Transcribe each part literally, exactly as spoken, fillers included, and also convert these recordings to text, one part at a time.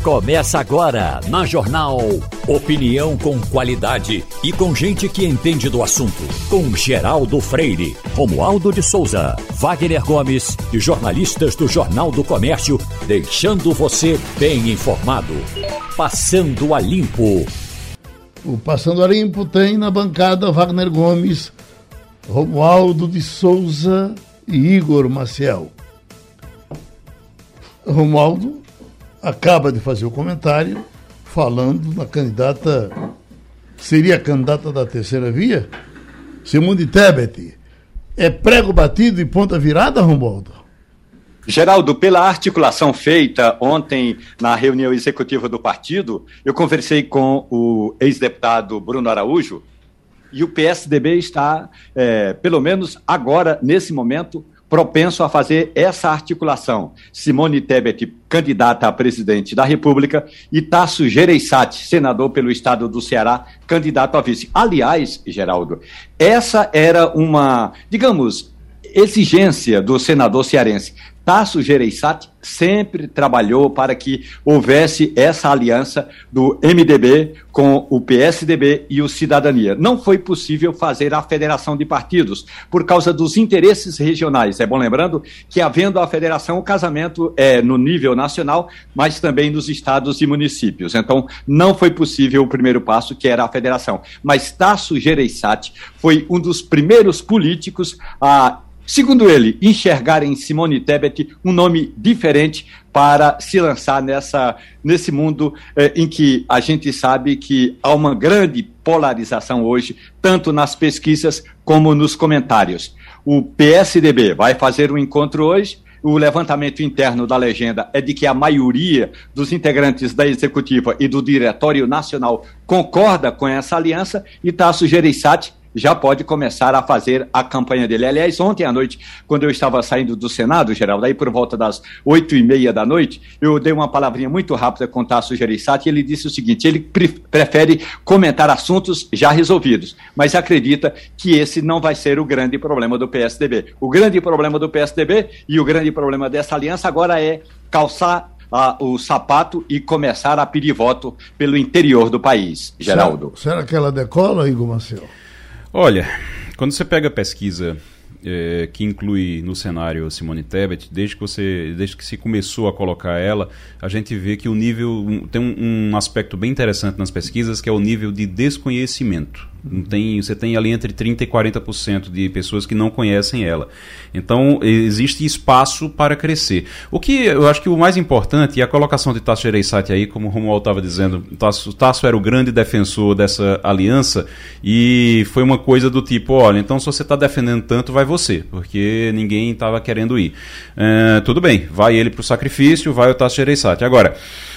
Começa agora na Jornal. Opinião com qualidade e com gente que entende do assunto. Com Geraldo Freire, Romualdo de Souza, Wagner Gomes e jornalistas do Jornal do Comércio, deixando você bem informado. Passando a Limpo. O Passando a Limpo tem na bancada Wagner Gomes, Romualdo de Souza e Igor Maciel. Romualdo acaba de fazer o comentário falando na candidata, seria a candidata da terceira via, Simone Tebet. É prego batido e ponta virada, Romualdo? Geraldo, pela articulação feita ontem na reunião executiva do partido, eu conversei com o ex-deputado Bruno Araújo e o P S D B está, é, pelo menos agora, nesse momento, propenso a fazer essa articulação. Simone Tebet, candidata a presidente da República, e Tasso Gereissati, senador pelo estado do Ceará, candidato a vice. Aliás, Geraldo, essa era uma, digamos, exigência do senador cearense. Tasso Gereissati sempre trabalhou para que houvesse essa aliança do M D B com o P S D B e o Cidadania. Não foi possível fazer a federação de partidos por causa dos interesses regionais. É bom lembrando que, havendo a federação, o casamento é no nível nacional, mas também nos estados e municípios. Então, não foi possível o primeiro passo, que era a federação. Mas Tasso Gereissati foi um dos primeiros políticos a, segundo ele, enxergar em Simone Tebet um nome diferente para se lançar nessa, nesse mundo eh, em que a gente sabe que há uma grande polarização hoje, tanto nas pesquisas como nos comentários. O P S D B vai fazer um encontro hoje. O levantamento interno da legenda é de que a maioria dos integrantes da Executiva e do Diretório Nacional concorda com essa aliança, e Tasso Gereissati já pode começar a fazer a campanha dele. Aliás, ontem à noite, quando eu estava saindo do Senado, Geraldo, aí por volta das oito e meia da noite, eu dei uma palavrinha muito rápida com o Tasso Gereissati, e ele disse o seguinte: ele pre- prefere comentar assuntos já resolvidos, mas acredita que esse não vai ser o grande problema do P S D B. O grande problema do P S D B e o grande problema dessa aliança agora é calçar a, o sapato e começar a pedir voto pelo interior do país, Geraldo. Será, será que ela decola, Igor Maciel? Olha, quando você pega a pesquisa é, que inclui no cenário Simone Tebet, desde que, você, desde que se começou a colocar ela, a gente vê que o nível, um, tem um, um aspecto bem interessante nas pesquisas, que é o nível de desconhecimento. Tem, você tem ali entre trinta por cento e quarenta por cento de pessoas que não conhecem ela. Então, existe espaço para crescer. O que eu acho que o mais importante, e a colocação de Tasso Gereissati aí, como o Romualdo estava dizendo, Tasso, Tasso era o grande defensor dessa aliança, e foi uma coisa do tipo: olha, então se você está defendendo tanto, vai você, porque ninguém estava querendo ir. É, tudo bem, vai ele para o sacrifício, vai o Tasso Gereissati. Agora,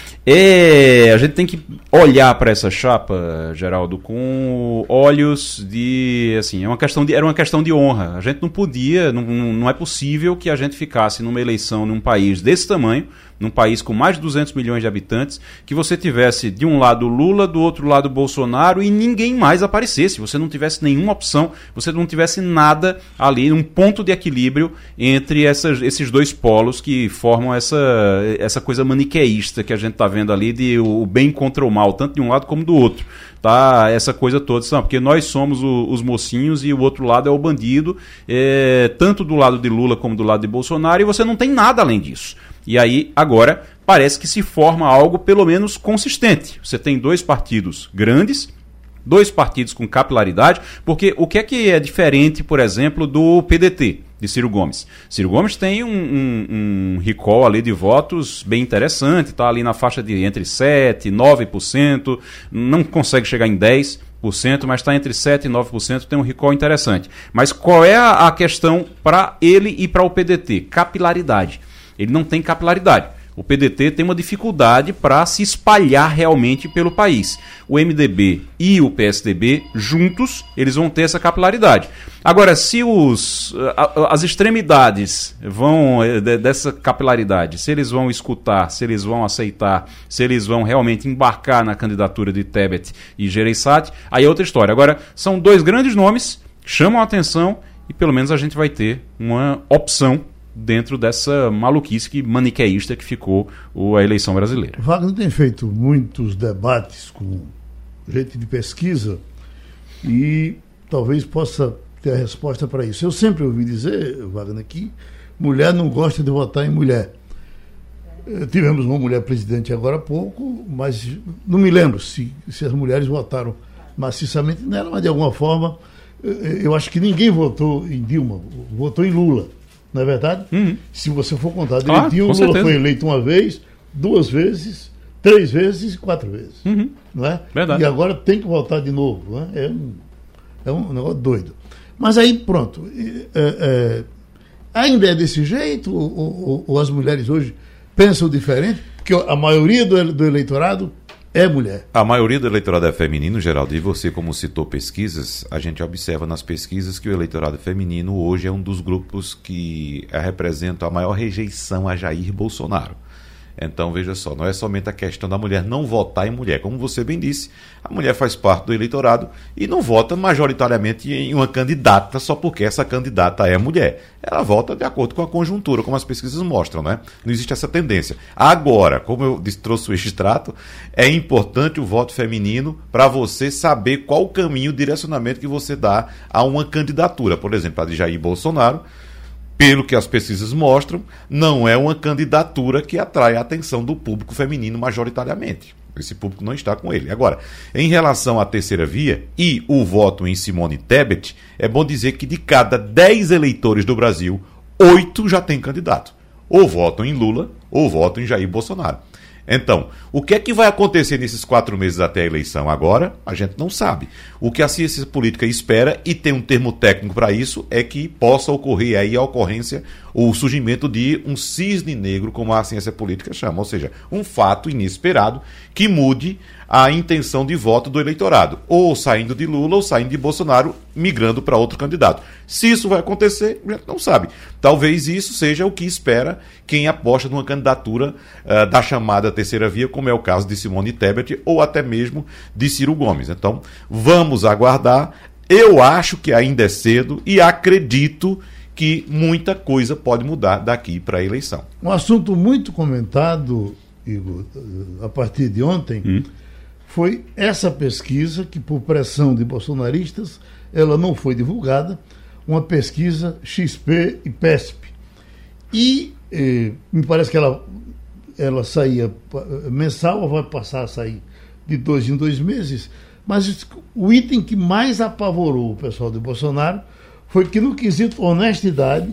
É, a gente tem que olhar para essa chapa, Geraldo, com olhos de, assim, é uma questão de, era uma questão de honra. A gente não podia, não, não é possível que a gente ficasse numa eleição num país desse tamanho, num país com mais de duzentos milhões de habitantes, que você tivesse de um lado Lula, do outro lado Bolsonaro, e ninguém mais aparecesse. Você não tivesse nenhuma opção, você não tivesse nada ali, um ponto de equilíbrio entre essas, esses dois polos que formam essa, essa coisa maniqueísta que a gente está vendo ali, de o bem contra o mal, tanto de um lado como do outro. Tá, essa coisa toda, não, porque nós somos o, os mocinhos e o outro lado é o bandido, é, tanto do lado de Lula como do lado de Bolsonaro, e você não tem nada além disso. E aí, agora, parece que se forma algo pelo menos consistente. Você tem dois partidos grandes, dois partidos com capilaridade, porque o que é que é diferente, por exemplo, do P D T, de Ciro Gomes? Ciro Gomes tem um, um, um recall ali de votos bem interessante, está ali na faixa de entre sete por cento e nove por cento, não consegue chegar em dez por cento, mas está entre sete por cento e nove por cento, tem um recall interessante. Mas qual é a, a questão para ele e para o P D T? Capilaridade. Ele não tem capilaridade. O P D T tem uma dificuldade para se espalhar realmente pelo país. O M D B e o P S D B, juntos, eles vão ter essa capilaridade. Agora, se os, as extremidades vão dessa capilaridade, se eles vão escutar, se eles vão aceitar, se eles vão realmente embarcar na candidatura de Tebet e Gereissati, aí é outra história. Agora, são dois grandes nomes que chamam a atenção, e pelo menos a gente vai ter uma opção dentro dessa maluquice que, maniqueísta que ficou o, a eleição brasileira. Wagner tem feito muitos debates com gente de pesquisa e talvez possa ter a resposta para isso. Eu sempre ouvi dizer, Wagner, que mulher não gosta de votar em mulher. Tivemos uma mulher presidente agora há pouco, mas não me lembro se, se as mulheres votaram maciçamente nela, mas de alguma forma eu acho que ninguém votou em Dilma, votou em Lula, não é verdade? Uhum. Se você for contar direitinho, ah, Lula certeza. Foi eleito uma vez, duas vezes, três vezes e quatro vezes. Uhum. Não é? Verdade. E agora tem que votar de novo. Não é? É, um, é um negócio doido. Mas aí, pronto. É, é, ainda é desse jeito? Ou, ou, ou as mulheres hoje pensam diferente? Porque a maioria do, do eleitorado é mulher. A maioria do eleitorado é feminino, Geraldo, e você, como citou pesquisas, a gente observa nas pesquisas que o eleitorado feminino hoje é um dos grupos que representam a maior rejeição a Jair Bolsonaro. Então, veja só, não é somente a questão da mulher não votar em mulher. Como você bem disse, a mulher faz parte do eleitorado e não vota majoritariamente em uma candidata só porque essa candidata é mulher. Ela vota de acordo com a conjuntura, como as pesquisas mostram, né? Não existe essa tendência. Agora, como eu trouxe o extrato, é importante o voto feminino para você saber qual o caminho, o direcionamento que você dá a uma candidatura. Por exemplo, a de Jair Bolsonaro, pelo que as pesquisas mostram, não é uma candidatura que atrai a atenção do público feminino majoritariamente. Esse público não está com ele. Agora, em relação à terceira via e o voto em Simone Tebet, é bom dizer que de cada dez eleitores do Brasil, oito já têm candidato. Ou votam em Lula, ou votam em Jair Bolsonaro. Então, o que é que vai acontecer nesses quatro meses até a eleição agora? A gente não sabe. O que a ciência política espera, e tem um termo técnico para isso, é que possa ocorrer aí a ocorrência, o surgimento de um cisne negro, como a ciência política chama, ou seja, um fato inesperado que mude a intenção de voto do eleitorado, ou saindo de Lula ou saindo de Bolsonaro, migrando para outro candidato. Se isso vai acontecer, a gente não sabe. Talvez isso seja o que espera quem aposta numa candidatura uh, da chamada terceira via, como é o caso de Simone Tebet ou até mesmo de Ciro Gomes. Então, vamos aguardar. Eu acho que ainda é cedo e acredito que muita coisa pode mudar daqui para a eleição. Um assunto muito comentado, Igor, a partir de ontem, hum. foi essa pesquisa que, por pressão de bolsonaristas, ela não foi divulgada, uma pesquisa X P e P E S P. E eh, me parece que ela, ela saía mensal, ou vai passar a sair de dois em dois meses, mas o item que mais apavorou o pessoal de Bolsonaro foi que, no quesito honestidade,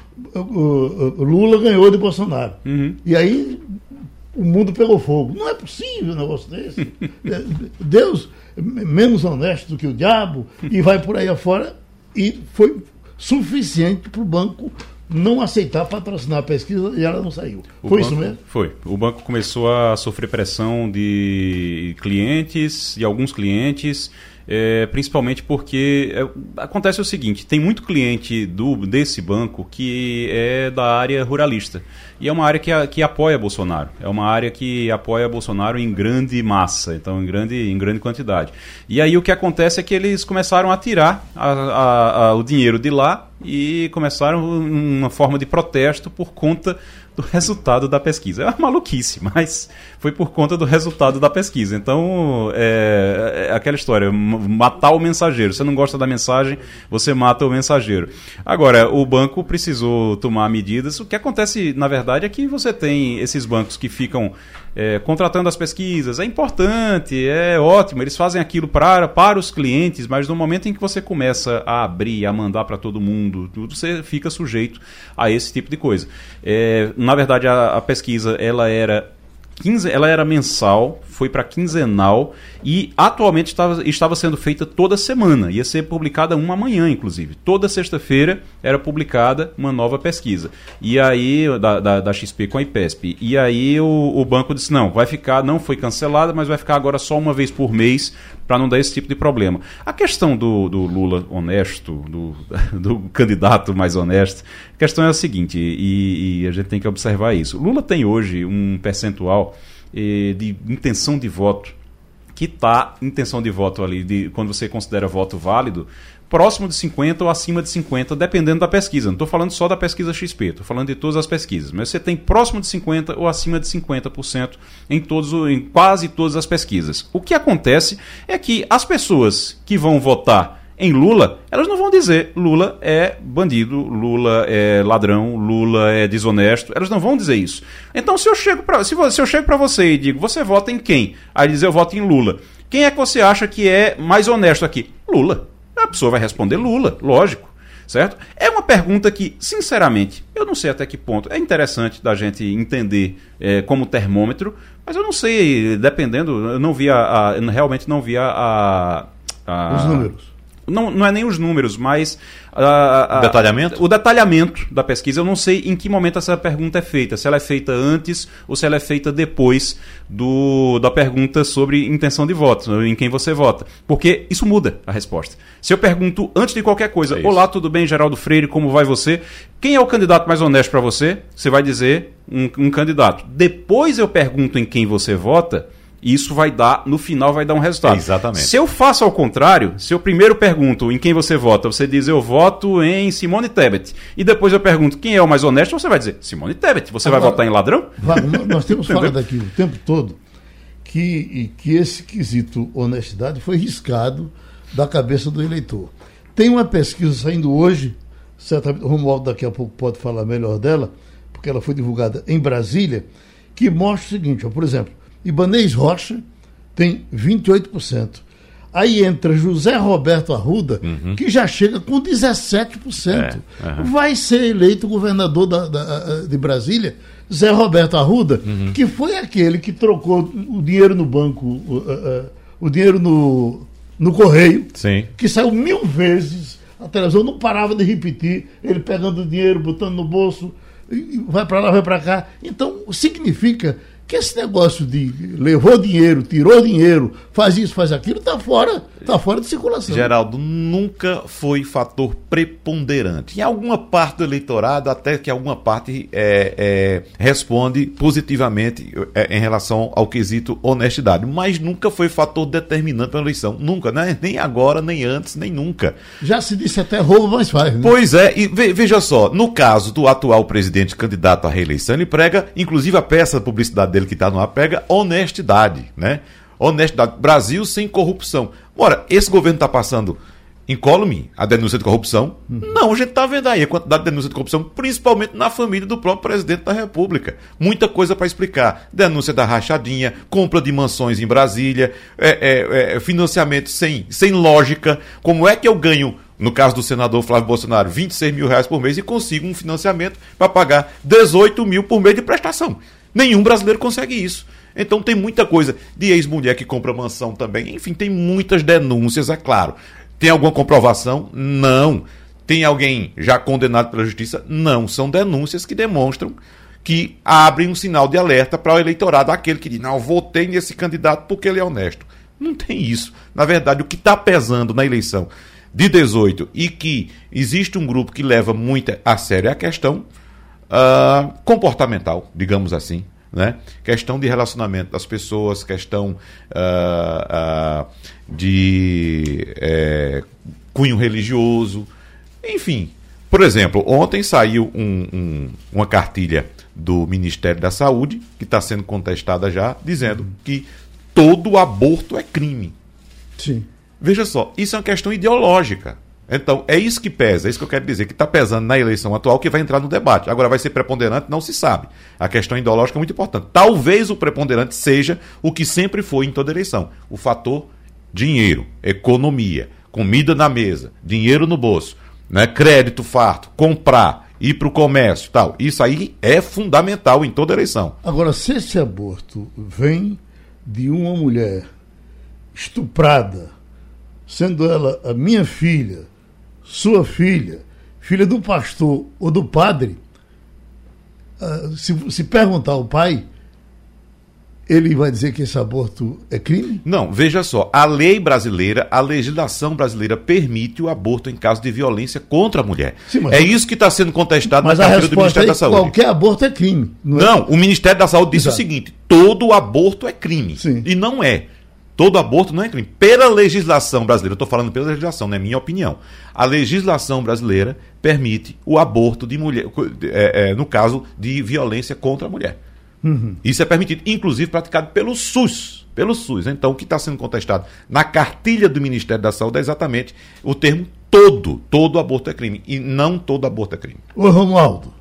Lula ganhou de Bolsonaro. Uhum. E aí o mundo pegou fogo. Não é possível um negócio desse. Deus menos honesto do que o diabo, e vai por aí afora. E foi suficiente para o banco não aceitar patrocinar a pesquisa e ela não saiu. O foi banco, isso mesmo? Foi. O banco começou a sofrer pressão de clientes, de alguns clientes, é, principalmente porque é, acontece o seguinte, tem muito cliente do, desse banco que é da área ruralista. E é uma área que, a, que apoia Bolsonaro. É uma área que apoia Bolsonaro em grande massa, então em grande, em grande quantidade. E aí o que acontece é que eles começaram a tirar a, a, a, o dinheiro de lá e começaram uma forma de protesto por conta do resultado da pesquisa. É uma maluquice, mas foi por conta do resultado da pesquisa. Então, é, é aquela história, matar o mensageiro. Você não gosta da mensagem, você mata o mensageiro. Agora, o banco precisou tomar medidas. O que acontece, na verdade, é que você tem esses bancos que ficam é, contratando as pesquisas. É importante, é ótimo, eles fazem aquilo para, para os clientes, mas no momento em que você começa a abrir, a mandar para todo mundo, tudo, você fica sujeito a esse tipo de coisa. É, na verdade, a, a pesquisa ela era, quinze, ela era mensal, foi para quinzenal e atualmente estava, estava sendo feita toda semana. Ia ser publicada uma amanhã, inclusive. Toda sexta-feira era publicada uma nova pesquisa. E aí, da, da, da X P com a I P E S P. E aí o, o banco disse, não, vai ficar, não foi cancelada, mas vai ficar agora só uma vez por mês para não dar esse tipo de problema. A questão do, do Lula honesto, do, do candidato mais honesto, a questão é a seguinte, e, e a gente tem que observar isso. Lula tem hoje um percentual de intenção de voto que está, intenção de voto ali, de, quando você considera voto válido, próximo de cinquenta por cento ou acima de cinquenta por cento, dependendo da pesquisa. Não estou falando só da pesquisa X P, estou falando de todas as pesquisas. Mas você tem próximo de cinquenta por cento ou acima de cinquenta por cento em, todos, em quase todas as pesquisas. O que acontece é que as pessoas que vão votar em Lula, elas não vão dizer Lula é bandido, Lula é ladrão, Lula é desonesto. Elas não vão dizer isso. Então, se eu chego para se, se eu chego para você e digo, você vota em quem? Aí diz, eu voto em Lula. Quem é que você acha que é mais honesto aqui? Lula. A pessoa vai responder Lula, lógico. Certo? É uma pergunta que, sinceramente, eu não sei até que ponto. É interessante da gente entender é, como termômetro, mas eu não sei, dependendo, eu não vi a, a eu realmente não vi a, a os números. Não, não é nem os números, mas a, a, o detalhamento? O detalhamento da pesquisa. Eu não sei em que momento essa pergunta é feita. Se ela é feita antes ou se ela é feita depois do, da pergunta sobre intenção de voto, em quem você vota. Porque isso muda a resposta. Se eu pergunto antes de qualquer coisa, é olá, tudo bem, Geraldo Freire, como vai você? Quem é o candidato mais honesto para você? Você vai dizer um, um candidato. Depois eu pergunto em quem você vota. Isso vai dar, no final vai dar um resultado. Exatamente. Se eu faço ao contrário, se eu primeiro pergunto em quem você vota, você diz eu voto em Simone Tebet, e depois eu pergunto quem é o mais honesto, você vai dizer Simone Tebet. Você Agora, vai votar em ladrão? Wagner, nós temos falado aqui o tempo todo que, que esse quesito honestidade foi riscado da cabeça do eleitor. Tem uma pesquisa saindo hoje, certamente o Romualdo daqui a pouco pode falar melhor dela, porque ela foi divulgada em Brasília, que mostra o seguinte, ó, por exemplo, Ibanez Rocha tem vinte e oito por cento. Aí entra José Roberto Arruda, uhum. que já chega com dezessete por cento. É, uhum. Vai ser eleito governador da, da, de Brasília, Zé Roberto Arruda, uhum. que foi aquele que trocou o dinheiro no banco, o, uh, uh, o dinheiro no, no correio, Sim. que saiu mil vezes. A televisão não parava de repetir, ele pegando o dinheiro, botando no bolso, vai para lá, vai para cá. Então, significa que esse negócio de levou dinheiro, tirou dinheiro, faz isso, faz aquilo, está fora, tá fora de circulação. Geraldo, nunca foi fator preponderante. Em alguma parte do eleitorado, até que alguma parte é, é, responde positivamente é, em relação ao quesito honestidade, mas nunca foi fator determinante para a eleição. Nunca, né? Nem agora, nem antes, nem nunca. Já se disse até roubo, mas faz. Né? Pois é, e veja só, no caso do atual presidente candidato à reeleição, ele prega, inclusive a peça da publicidade dele que está no ar, pega honestidade, né? Honestidade. Brasil sem corrupção. Ora, esse governo está passando incólume a denúncia de corrupção? Uhum. Não, a gente está vendo aí a quantidade de denúncia de corrupção, principalmente na família do próprio presidente da República. Muita coisa para explicar. Denúncia da rachadinha, compra de mansões em Brasília, é, é, é, financiamento sem, sem lógica. Como é que eu ganho, no caso do senador Flávio Bolsonaro, vinte e seis mil reais por mês e consigo um financiamento para pagar dezoito mil por mês de prestação? Nenhum brasileiro consegue isso. Então tem muita coisa de ex-mulher que compra mansão também. Enfim, tem muitas denúncias, é claro. Tem alguma comprovação? Não. Tem alguém já condenado pela justiça? Não. São denúncias que demonstram que abrem um sinal de alerta para o eleitorado, aquele que diz, não, votei nesse candidato porque ele é honesto. Não tem isso. Na verdade, o que está pesando na eleição de dezoito e que existe um grupo que leva muito a sério é a questão Uh, comportamental, digamos assim, né? Questão de relacionamento das pessoas, questão uh, uh, de é, cunho religioso, enfim. Por exemplo, ontem saiu um, um, uma cartilha do Ministério da Saúde, que está sendo contestada já, dizendo que todo aborto é crime. Sim. Veja só, isso é uma questão ideológica. Então, é isso que pesa, é isso que eu quero dizer, que está pesando na eleição atual, que vai entrar no debate. Agora, vai ser preponderante? Não se sabe. A questão ideológica é muito importante. Talvez o preponderante seja o que sempre foi em toda eleição. O fator dinheiro, economia, comida na mesa, dinheiro no bolso, né? Crédito farto, comprar, ir para o comércio e tal. Isso aí é fundamental em toda eleição. Agora, se esse aborto vem de uma mulher estuprada, sendo ela a minha filha, sua filha, filha do pastor ou do padre, uh, se, se perguntar ao pai, ele vai dizer que esse aborto é crime? Não, veja só, a lei brasileira, a legislação brasileira permite o aborto em caso de violência contra a mulher. Sim, é isso que está sendo contestado na cartilha do Ministério da Saúde. Qualquer aborto é crime. Não, é? Não, o Ministério da Saúde disse Exato. o seguinte, todo aborto é crime. Sim. E não é. Todo aborto não é crime. Pela legislação brasileira, eu estou falando pela legislação, não é minha opinião. A legislação brasileira permite o aborto de mulher, é, é, no caso de violência contra a mulher. Uhum. Isso é permitido, inclusive praticado pelo SUS. Pelo SUS. Então, o que está sendo contestado na cartilha do Ministério da Saúde é exatamente o termo todo. Todo aborto é crime. E não todo aborto é crime. Ô, Romualdo.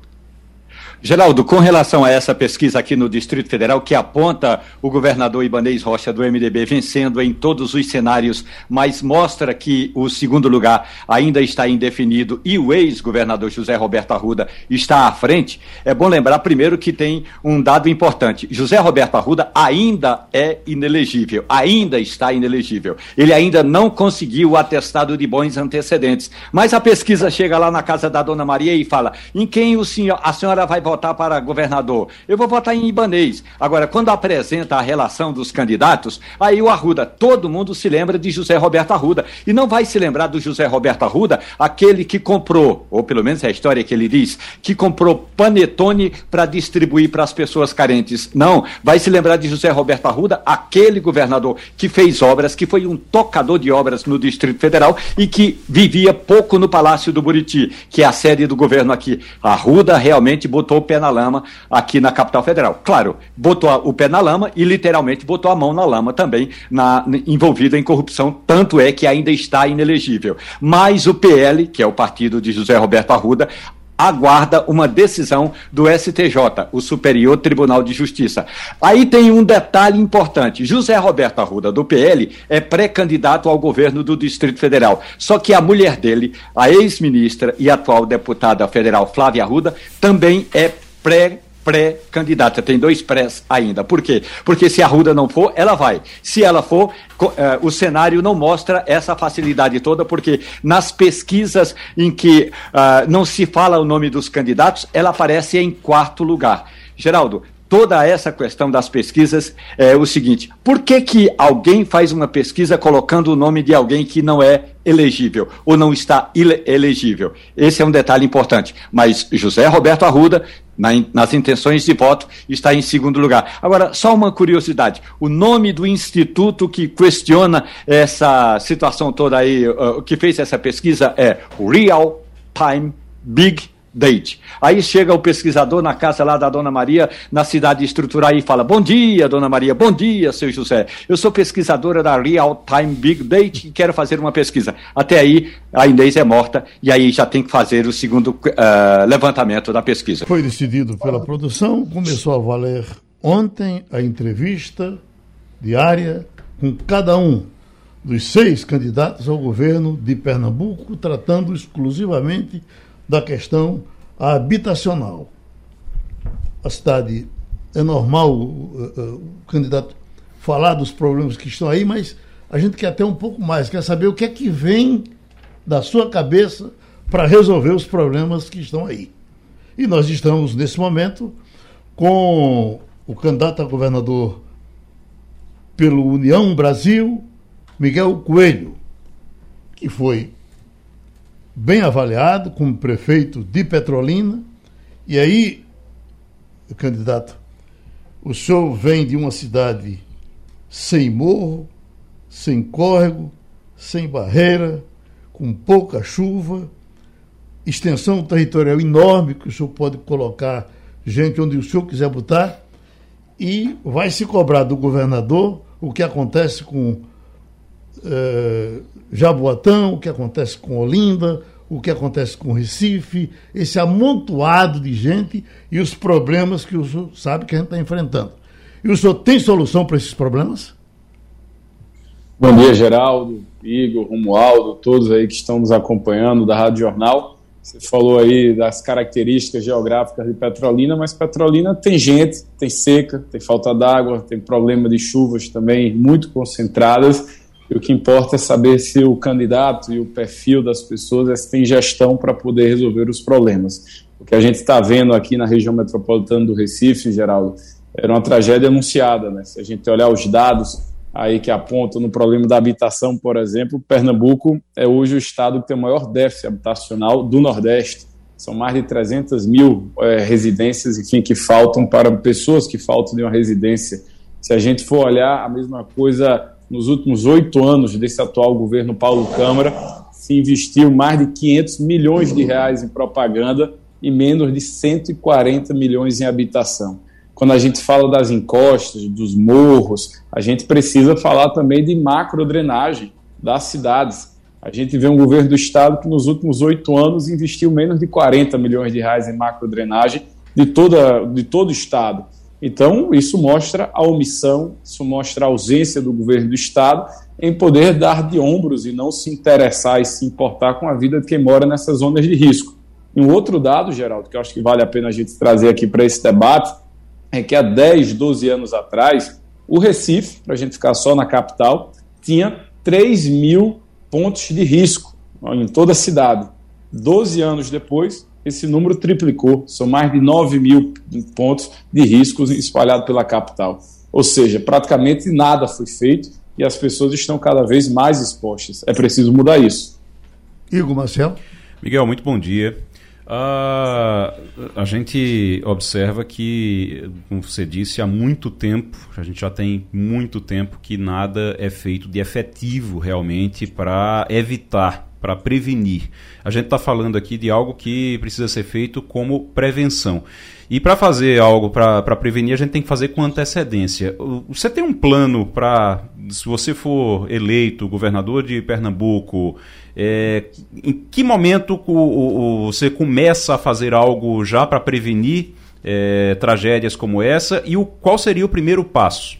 Geraldo, com relação a essa pesquisa aqui no Distrito Federal, que aponta o governador Ibanez Rocha do M D B vencendo em todos os cenários, mas mostra que o segundo lugar ainda está indefinido e o ex-governador José Roberto Arruda está à frente, é bom lembrar primeiro que tem um dado importante. José Roberto Arruda ainda é inelegível, ainda está inelegível. Ele ainda não conseguiu o atestado de bons antecedentes. Mas a pesquisa chega lá na casa da Dona Maria e fala: em quem o senhor, a senhora vai votar para governador? Eu vou votar em Ibanez. Agora, quando apresenta a relação dos candidatos, aí o Arruda, todo mundo se lembra de José Roberto Arruda, e não vai se lembrar do José Roberto Arruda, aquele que comprou, ou pelo menos é a história que ele diz, que comprou panetone para distribuir para as pessoas carentes. Não, vai se lembrar de José Roberto Arruda, aquele governador que fez obras, que foi um tocador de obras no Distrito Federal e que vivia pouco no Palácio do Buriti, que é a sede do governo aqui. Arruda realmente botou o pé na lama aqui na capital federal. Claro, botou o pé na lama e literalmente botou a mão na lama também, na, envolvido em corrupção, tanto é que ainda está inelegível. Mas o P L, que é o partido de José Roberto Arruda, aguarda uma decisão do S T J, o Superior Tribunal de Justiça. Aí tem um detalhe importante: José Roberto Arruda, do P L, é pré-candidato ao governo do Distrito Federal. Só que a mulher dele, a ex-ministra e atual deputada federal Flávia Arruda, também é pré pré-candidata, tem dois prés ainda. Por quê? Porque se a Arruda não for, ela vai. Se ela for, eh, o cenário não mostra essa facilidade toda, porque nas pesquisas em que uh, não se fala o nome dos candidatos, ela aparece em quarto lugar. Geraldo, toda essa questão das pesquisas é o seguinte: por que que alguém faz uma pesquisa colocando o nome de alguém que não é elegível ou não está elegível? Esse é um detalhe importante. Mas José Roberto Arruda, na, nas intenções de voto, está em segundo lugar. Agora, só uma curiosidade: o nome do instituto que questiona essa situação toda aí, uh, que fez essa pesquisa, é Real Time Big Date. Aí chega o pesquisador na casa lá da Dona Maria, na cidade estrutural, e fala: bom dia, Dona Maria, bom dia, seu José, eu sou pesquisadora da Real Time Big Date e quero fazer uma pesquisa. Até aí a Inês é morta e aí já tem que fazer o segundo uh, levantamento da pesquisa. Foi decidido pela produção, começou a valer ontem a entrevista diária com cada um dos seis candidatos ao governo de Pernambuco, tratando exclusivamente da questão habitacional. A cidade, é normal uh, uh, o candidato falar dos problemas que estão aí, mas a gente quer até um pouco mais, quer saber o que é que vem da sua cabeça para resolver os problemas que estão aí. E nós estamos, nesse momento, com o candidato a governador pelo União Brasil, Miguel Coelho, que foi bem avaliado como prefeito de Petrolina. E aí, candidato, o senhor vem de uma cidade sem morro, sem córrego, sem barreira, com pouca chuva, extensão territorial enorme, que o senhor pode colocar gente onde o senhor quiser botar, e vai se cobrar do governador o que acontece com Uh, Jaboatão, o que acontece com Olinda, o que acontece com Recife, esse amontoado de gente e os problemas que o senhor sabe que a gente está enfrentando. E o senhor tem solução para esses problemas? Bom dia, Geraldo, Igor, Romualdo, todos aí que estão nos acompanhando da Rádio Jornal. Você falou aí das características geográficas de Petrolina, mas Petrolina tem gente, tem seca, tem falta d'água, tem problema de chuvas também muito concentradas. E o que importa é saber se o candidato e o perfil das pessoas tem gestão para poder resolver os problemas. O que a gente está vendo aqui na região metropolitana do Recife, Geraldo, era uma tragédia anunciada, né? Se a gente olhar os dados aí que apontam no problema da habitação, por exemplo, Pernambuco é hoje o estado que tem o maior déficit habitacional do Nordeste. São mais de trezentas mil é, residências, enfim, que faltam para pessoas que faltam de uma residência. Se a gente for olhar a mesma coisa nos últimos oito anos desse atual governo Paulo Câmara, se investiu mais de quinhentos milhões de reais em propaganda e menos de cento e quarenta milhões em habitação. Quando a gente fala das encostas, dos morros, a gente precisa falar também de macrodrenagem das cidades. A gente vê um governo do estado que nos últimos oito anos investiu menos de quarenta milhões de reais em macrodrenagem de, toda, de todo o estado. Então, isso mostra a omissão, isso mostra a ausência do governo do estado em poder dar de ombros e não se interessar e se importar com a vida de quem mora nessas zonas de risco. E um outro dado, Geraldo, que eu acho que vale a pena a gente trazer aqui para esse debate, é que há dez, doze anos atrás, o Recife, para a gente ficar só na capital, tinha três mil pontos de risco em toda a cidade. doze anos depois, esse número triplicou, são mais de nove mil pontos de riscos espalhados pela capital. Ou seja, praticamente nada foi feito e as pessoas estão cada vez mais expostas. É preciso mudar isso. Igor Marcel. Miguel, muito bom dia. Uh, a gente observa que, como você disse, há muito tempo, a gente já tem muito tempo que nada é feito de efetivo realmente para evitar, para prevenir. A gente está falando aqui de algo que precisa ser feito como prevenção. E para fazer algo para prevenir, a gente tem que fazer com antecedência. Você tem um plano para, se você for eleito governador de Pernambuco, é, em que momento o, o, você começa a fazer algo já para prevenir é, tragédias como essa? E o, qual seria o primeiro passo?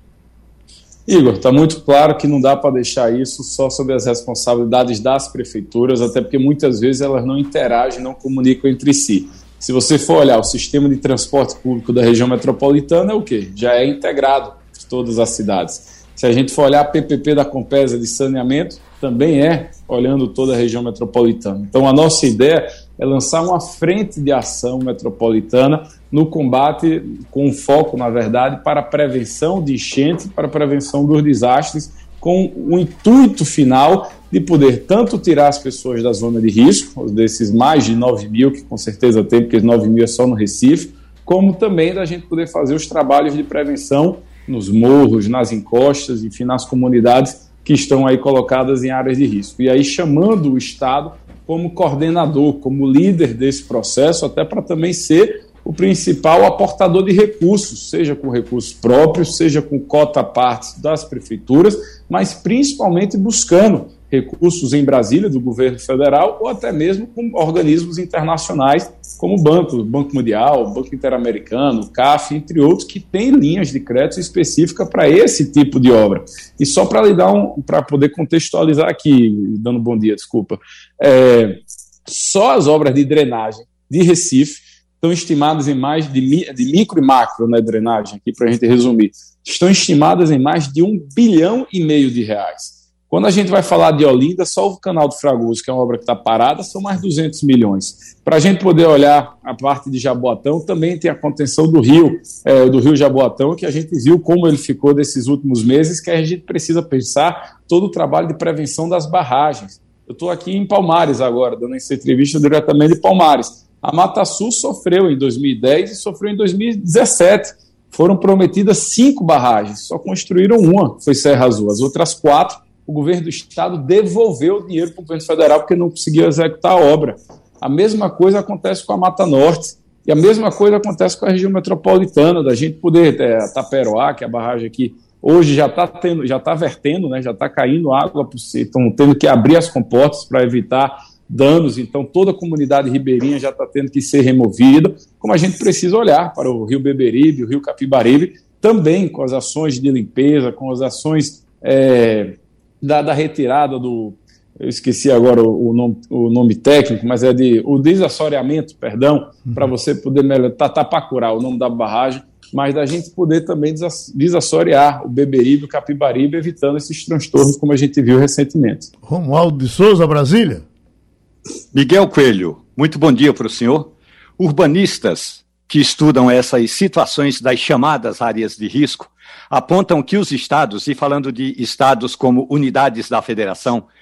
Igor, está muito claro que não dá para deixar isso só sob as responsabilidades das prefeituras, até porque muitas vezes elas não interagem, não comunicam entre si. Se você for olhar o sistema de transporte público da região metropolitana, é o quê? Já é integrado de todas as cidades. Se a gente for olhar a P P P da Compesa de saneamento, também é olhando toda a região metropolitana. Então, a nossa ideia é lançar uma frente de ação metropolitana no combate, com foco, na verdade, para a prevenção de enchentes, para a prevenção dos desastres, com o intuito final de poder tanto tirar as pessoas da zona de risco, desses mais de nove mil, que com certeza tem, porque nove mil é só no Recife, como também da gente poder fazer os trabalhos de prevenção nos morros, nas encostas, enfim, nas comunidades que estão aí colocadas em áreas de risco. E aí chamando o Estado como coordenador, como líder desse processo, até para também ser o principal aportador de recursos, seja com recursos próprios, seja com cota parte das prefeituras, mas principalmente buscando recursos em Brasília, do governo federal, ou até mesmo com organismos internacionais, como o Banco, o Banco Mundial, o Banco Interamericano, o C A F, entre outros, que têm linhas de crédito específicas para esse tipo de obra. E só para lhe dar um, para poder contextualizar aqui, dando bom dia, desculpa, é, só as obras de drenagem de Recife estão estimadas em mais de, de micro e macro, né, drenagem, aqui para a gente resumir, estão estimadas em mais de um bilhão e meio de reais. Quando a gente vai falar de Olinda, só o Canal do Fragoso, que é uma obra que está parada, são mais duzentos milhões. Para a gente poder olhar a parte de Jaboatão, também tem a contenção do rio, é, do rio Jaboatão, que a gente viu como ele ficou desses últimos meses, que a gente precisa pensar todo o trabalho de prevenção das barragens. Eu estou aqui em Palmares agora, dando essa entrevista diretamente de Palmares. A Mata Sul sofreu em dois mil e dez e sofreu em dois mil e dezessete. Foram prometidas cinco barragens, só construíram uma, foi Serra Azul. As outras quatro, o governo do estado devolveu o dinheiro para o governo federal porque não conseguiu executar a obra. A mesma coisa acontece com a Mata Norte e a mesma coisa acontece com a região metropolitana, da gente poder, é, a Taperoá, que é a barragem aqui, hoje já está tendo, já está vertendo, né, já está caindo água, estão tendo que abrir as comportas para evitar danos, então toda a comunidade ribeirinha já está tendo que ser removida, como a gente precisa olhar para o Rio Beberibe, o Rio Capibaribe, também com as ações de limpeza, com as ações é, da, da retirada do, eu esqueci agora o, o, nome, o nome técnico, mas é de o desassoreamento, perdão, uhum. para você poder melhorar, Tapacurar, o nome da barragem, mas da gente poder também desassorear o Beberibe, o Capibaribe, evitando esses transtornos como a gente viu recentemente. Romualdo de Souza, Brasília. Miguel Coelho, muito bom dia para o senhor. Urbanistas que estudam essas situações das chamadas áreas de risco apontam que os estados, e falando de estados como unidades da federação,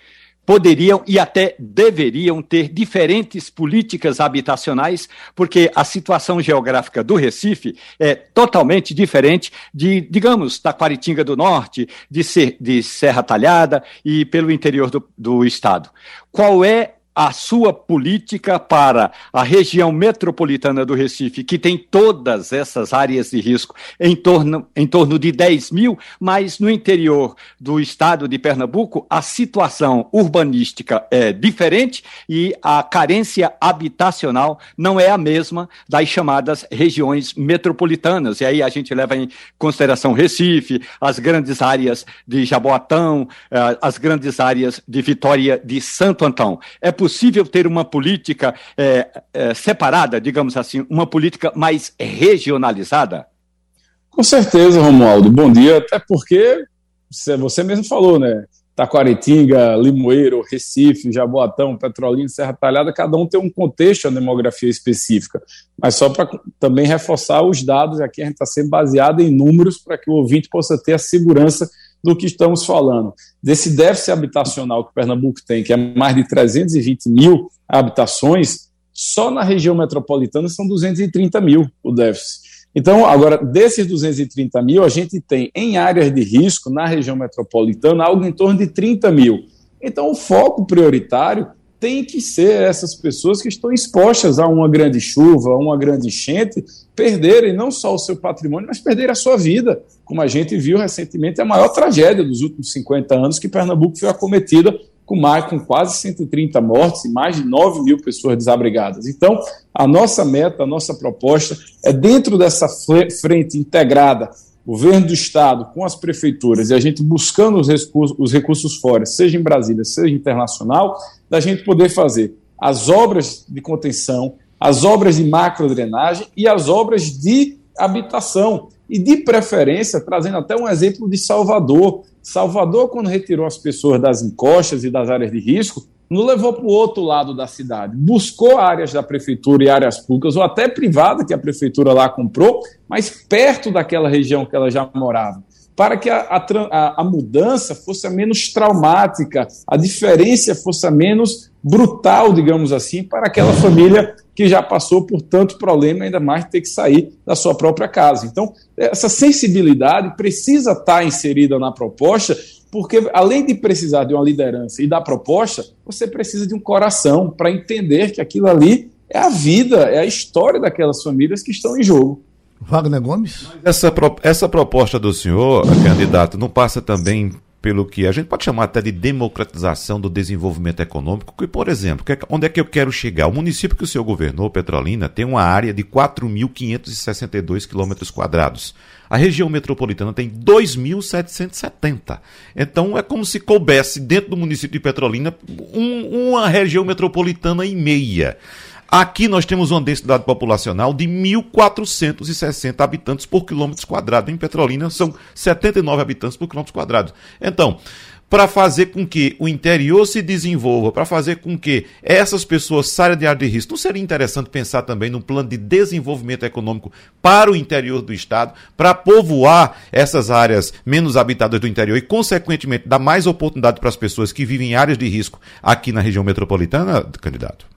poderiam e até deveriam ter diferentes políticas habitacionais, porque a situação geográfica do Recife é totalmente diferente de, digamos, Taquaritinga do Norte, de, Ser, de Serra Talhada e pelo interior do, do estado. Qual é a sua política para a região metropolitana do Recife, que tem todas essas áreas de risco, em torno, em torno de dez mil, mas no interior do estado de Pernambuco, a situação urbanística é diferente e a carência habitacional não é a mesma das chamadas regiões metropolitanas. E aí a gente leva em consideração Recife, as grandes áreas de Jaboatão, as grandes áreas de Vitória de Santo Antão. É possível ter uma política é, é, separada, digamos assim, uma política mais regionalizada? Com certeza, Romualdo. Bom dia, até porque você mesmo falou, né? Taquaritinga, Limoeiro, Recife, Jaboatão, Petrolina, Serra Talhada, cada um tem um contexto, a demografia específica. Mas só para também reforçar os dados, aqui a gente está sendo baseado em números para que o ouvinte possa ter a segurança do que estamos falando. Desse déficit habitacional que Pernambuco tem, que é mais de trezentos e vinte mil habitações, só na região metropolitana são duzentos e trinta mil o déficit. Então, agora, desses duzentos e trinta mil, a gente tem em áreas de risco, na região metropolitana, algo em torno de trinta mil. Então, o foco prioritário tem que ser essas pessoas que estão expostas a uma grande chuva, a uma grande enchente, perderem não só o seu patrimônio, mas perderem a sua vida, como a gente viu recentemente, a maior tragédia dos últimos cinquenta anos, que Pernambuco foi acometida com, mais, com quase cento e trinta mortes e mais de nove mil pessoas desabrigadas. Então, a nossa meta, a nossa proposta é, dentro dessa frente integrada, governo do Estado com as prefeituras e a gente buscando os recursos, os recursos fora, seja em Brasília, seja internacional, da gente poder fazer as obras de contenção, as obras de macrodrenagem e as obras de habitação. E, de preferência, trazendo até um exemplo de Salvador. Salvador, quando retirou as pessoas das encostas e das áreas de risco, não levou para o outro lado da cidade. Buscou áreas da prefeitura e áreas públicas, ou até privada, que a prefeitura lá comprou, mas perto daquela região que ela já morava, para que a, a, a mudança fosse menos traumática, a diferença fosse menos brutal, digamos assim, para aquela família que já passou por tanto problema, ainda mais ter que sair da sua própria casa. Então, essa sensibilidade precisa estar inserida na proposta, porque além de precisar de uma liderança e da proposta, você precisa de um coração para entender que aquilo ali é a vida, é a história daquelas famílias que estão em jogo. Wagner Gomes? Essa, essa proposta do senhor, candidato, não passa também pelo que a gente pode chamar até de democratização do desenvolvimento econômico, que, por exemplo, onde é que eu quero chegar? O município que o senhor governou, Petrolina, tem uma área de quatro mil quinhentos e sessenta e dois quilômetros quadrados. A região metropolitana tem dois mil setecentos e setenta. Então é como se coubesse dentro do município de Petrolina um, uma região metropolitana e meia. Aqui nós temos uma densidade populacional de mil quatrocentos e sessenta habitantes por quilômetro quadrado. Em Petrolina são setenta e nove habitantes por quilômetro quadrado. Então, para fazer com que o interior se desenvolva, para fazer com que essas pessoas saiam de área de risco, não seria interessante pensar também num plano de desenvolvimento econômico para o interior do estado, para povoar essas áreas menos habitadas do interior e, consequentemente, dar mais oportunidade para as pessoas que vivem em áreas de risco aqui na região metropolitana, candidato?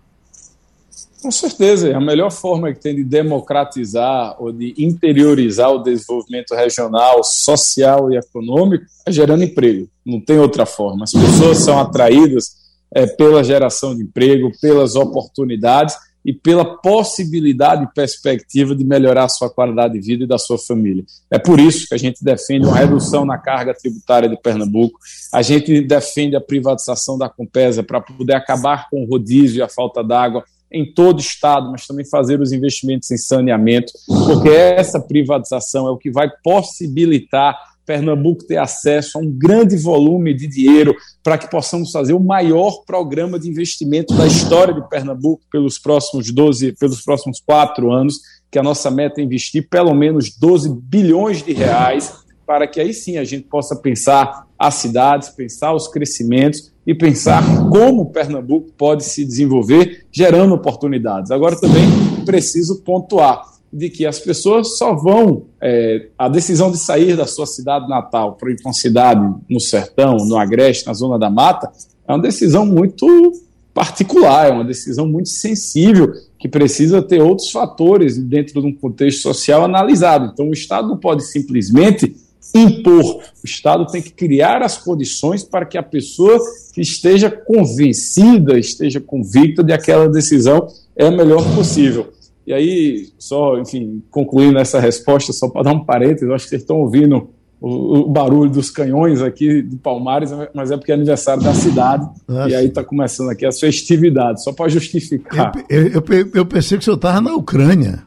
Com certeza, a melhor forma que tem de democratizar ou de interiorizar o desenvolvimento regional, social e econômico é gerando emprego, não tem outra forma. As pessoas são atraídas é, pela geração de emprego, pelas oportunidades e pela possibilidade e perspectiva de melhorar a sua qualidade de vida e da sua família. É por isso que a gente defende uma redução na carga tributária de Pernambuco, a gente defende a privatização da Compesa para poder acabar com o rodízio e a falta d'água em todo o estado, mas também fazer os investimentos em saneamento, porque essa privatização é o que vai possibilitar Pernambuco ter acesso a um grande volume de dinheiro para que possamos fazer o maior programa de investimento da história de Pernambuco pelos próximos doze, pelos próximos quatro anos, que a nossa meta é investir pelo menos doze bilhões de reais, para que aí sim a gente possa pensar as cidades, pensar os crescimentos e pensar como Pernambuco pode se desenvolver, gerando oportunidades. Agora também preciso pontuar, de que as pessoas só vão, é, a decisão de sair da sua cidade natal para ir para uma cidade no sertão, no agreste, na zona da mata, é uma decisão muito particular, é uma decisão muito sensível, que precisa ter outros fatores dentro de um contexto social analisado. Então, o Estado não pode simplesmente impor, o Estado tem que criar as condições para que a pessoa que esteja convencida, esteja convicta de que aquela decisão é a melhor possível. E aí, só, enfim, concluindo essa resposta, só para dar um parênteses, eu acho que vocês estão ouvindo o, o barulho dos canhões aqui de Palmares, mas é porque é aniversário da cidade. Nossa. E aí está começando aqui as festividades, só para justificar. Eu, eu, eu, eu pensei que o senhor estava na Ucrânia.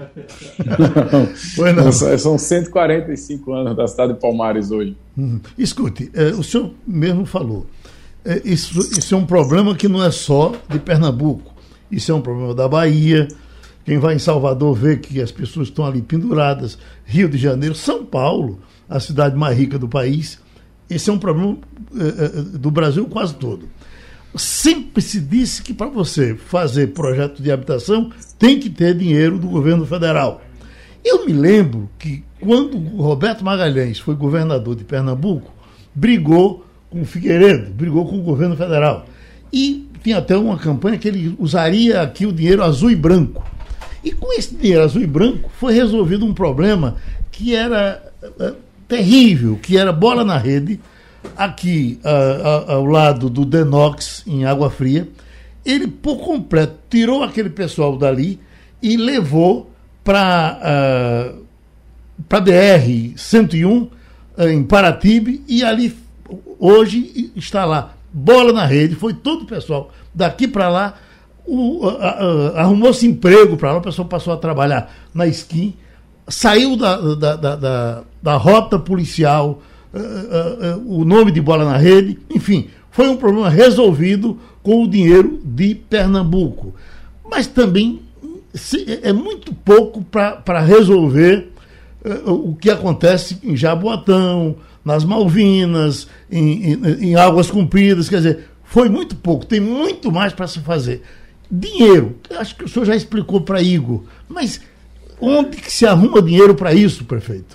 Não, Foi não. São cento e quarenta e cinco anos da cidade de Palmares hoje. Hum. Escute, é, o senhor mesmo falou, é, isso, isso é um problema que não é só de Pernambuco, isso é um problema da Bahia. Quem vai em Salvador vê que as pessoas estão ali penduradas, Rio de Janeiro, São Paulo, a cidade mais rica do país. Esse é um problema é, do Brasil quase todo. Sempre se disse que para você fazer projeto de habitação tem que ter dinheiro do governo federal. Eu me lembro que quando o Roberto Magalhães foi governador de Pernambuco, brigou com o Figueiredo, brigou com o governo federal. E tinha até uma campanha que ele usaria aqui o dinheiro azul e branco. E com esse dinheiro azul e branco foi resolvido um problema que era uh, terrível, que era bola na rede, aqui uh, uh, ao lado do Denox, em Água Fria. Ele, por completo, tirou aquele pessoal dali e levou para uh, para a B R cento e um, uh, em Paratibe, e ali hoje está lá, bola na rede, foi todo o pessoal daqui para lá. O, a, a, arrumou-se emprego para lá, o pessoal passou a trabalhar na Skin, saiu da, da, da, da, da rota policial, uh, uh, uh, o nome de bola na rede, enfim, foi um problema resolvido com o dinheiro de Pernambuco. Mas também se, é muito pouco para resolver uh, o que acontece em Jaboatão, nas Malvinas, em, em, em Águas Compridas, quer dizer, foi muito pouco, tem muito mais para se fazer. Dinheiro, acho que o senhor já explicou para Igor, mas onde que se arruma dinheiro para isso, prefeito?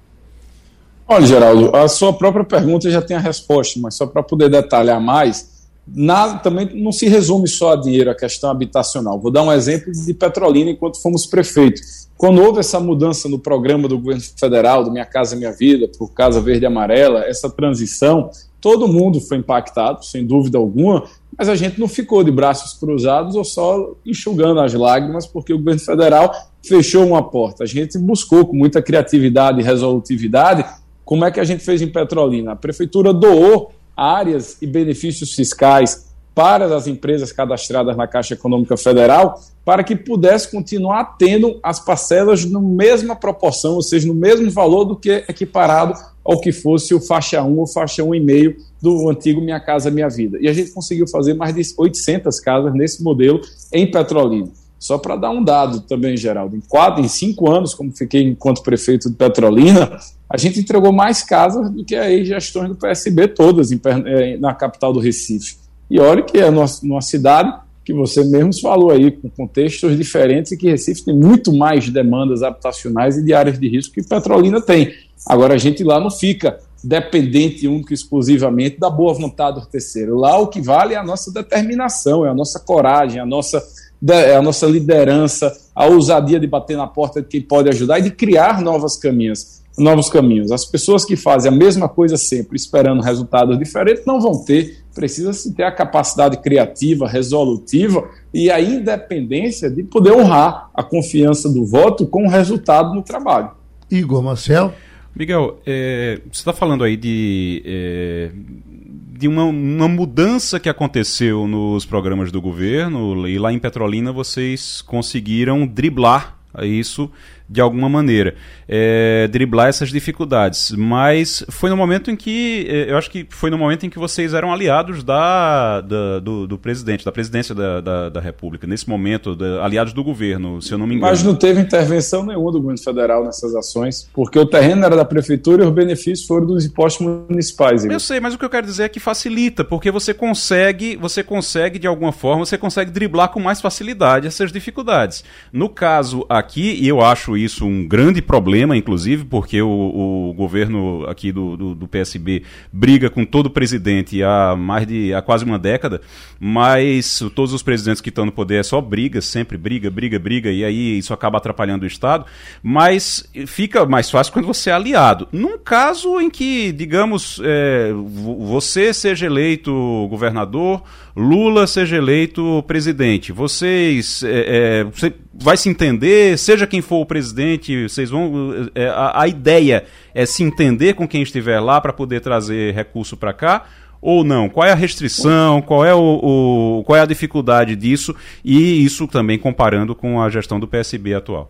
Olha, Geraldo, a sua própria pergunta já tem a resposta, mas só para poder detalhar mais, nada, também não se resume só a dinheiro, a questão habitacional. Vou dar um exemplo de Petrolina enquanto fomos prefeito. Quando houve essa mudança no programa do governo federal, do Minha Casa Minha Vida, para o Casa Verde e Amarela, essa transição, todo mundo foi impactado, sem dúvida alguma, mas a gente não ficou de braços cruzados ou só enxugando as lágrimas porque o governo federal fechou uma porta. A gente buscou com muita criatividade e resolutividade como é que a gente fez em Petrolina. A prefeitura doou áreas e benefícios fiscais para as empresas cadastradas na Caixa Econômica Federal para que pudesse continuar tendo as parcelas na mesma proporção, ou seja, no mesmo valor do que equiparado ao que fosse o faixa um ou faixa um vírgula cinco do antigo Minha Casa Minha Vida. E a gente conseguiu fazer mais de oitocentas casas nesse modelo em Petrolina. Só para dar um dado também, Geraldo, em, quatro, em cinco anos, como fiquei enquanto prefeito de Petrolina, a gente entregou mais casas do que as gestões do P S B todas em, na capital do Recife. E olha que é numa cidade que você mesmo falou aí, com contextos diferentes, e que Recife tem muito mais demandas habitacionais e de áreas de risco que Petrolina tem. Agora, a gente lá não fica dependente único e exclusivamente da boa vontade do terceiro. Lá o que vale é a nossa determinação, é a nossa coragem, a nossa, é a nossa liderança, a ousadia de bater na porta de quem pode ajudar e de criar novos caminhos. Novos caminhos. As pessoas que fazem a mesma coisa sempre, esperando resultados diferentes, não vão ter. Precisa-se ter a capacidade criativa, resolutiva e a independência de poder honrar a confiança do voto com o resultado no trabalho. Igor Marcel. Miguel, é, você está falando aí de, é, de uma, uma mudança que aconteceu nos programas do governo, e lá em Petrolina vocês conseguiram driblar isso de alguma maneira, é, driblar essas dificuldades. Mas foi no momento em que, eu acho que foi no momento em que vocês eram aliados da, da, do, do presidente, da presidência da, da, da República, nesse momento, da, aliados do governo, se eu não me engano. Mas não teve intervenção nenhuma do governo federal nessas ações, porque o terreno era da prefeitura e os benefícios foram dos impostos municipais. Eu sei, mas o que eu quero dizer é que facilita, porque você consegue, você consegue de alguma forma, você consegue driblar com mais facilidade essas dificuldades. No caso aqui, e eu acho isso um grande problema, inclusive, porque o, o governo aqui do, do, do P S B briga com todo presidente há mais de há quase uma década, mas todos os presidentes que estão no poder é só briga, sempre briga, briga, briga, e aí isso acaba atrapalhando o Estado, mas fica mais fácil quando você é aliado. Num caso em que, digamos, é, você seja eleito governador, Lula seja eleito presidente, vocês, é, é, você vai se entender, seja quem for o presidente, vocês vão, é, a, a ideia é se entender com quem estiver lá para poder trazer recurso para cá, ou não? Qual é a restrição, qual é, o, o, qual é a dificuldade disso, e isso também comparando com a gestão do P S B atual?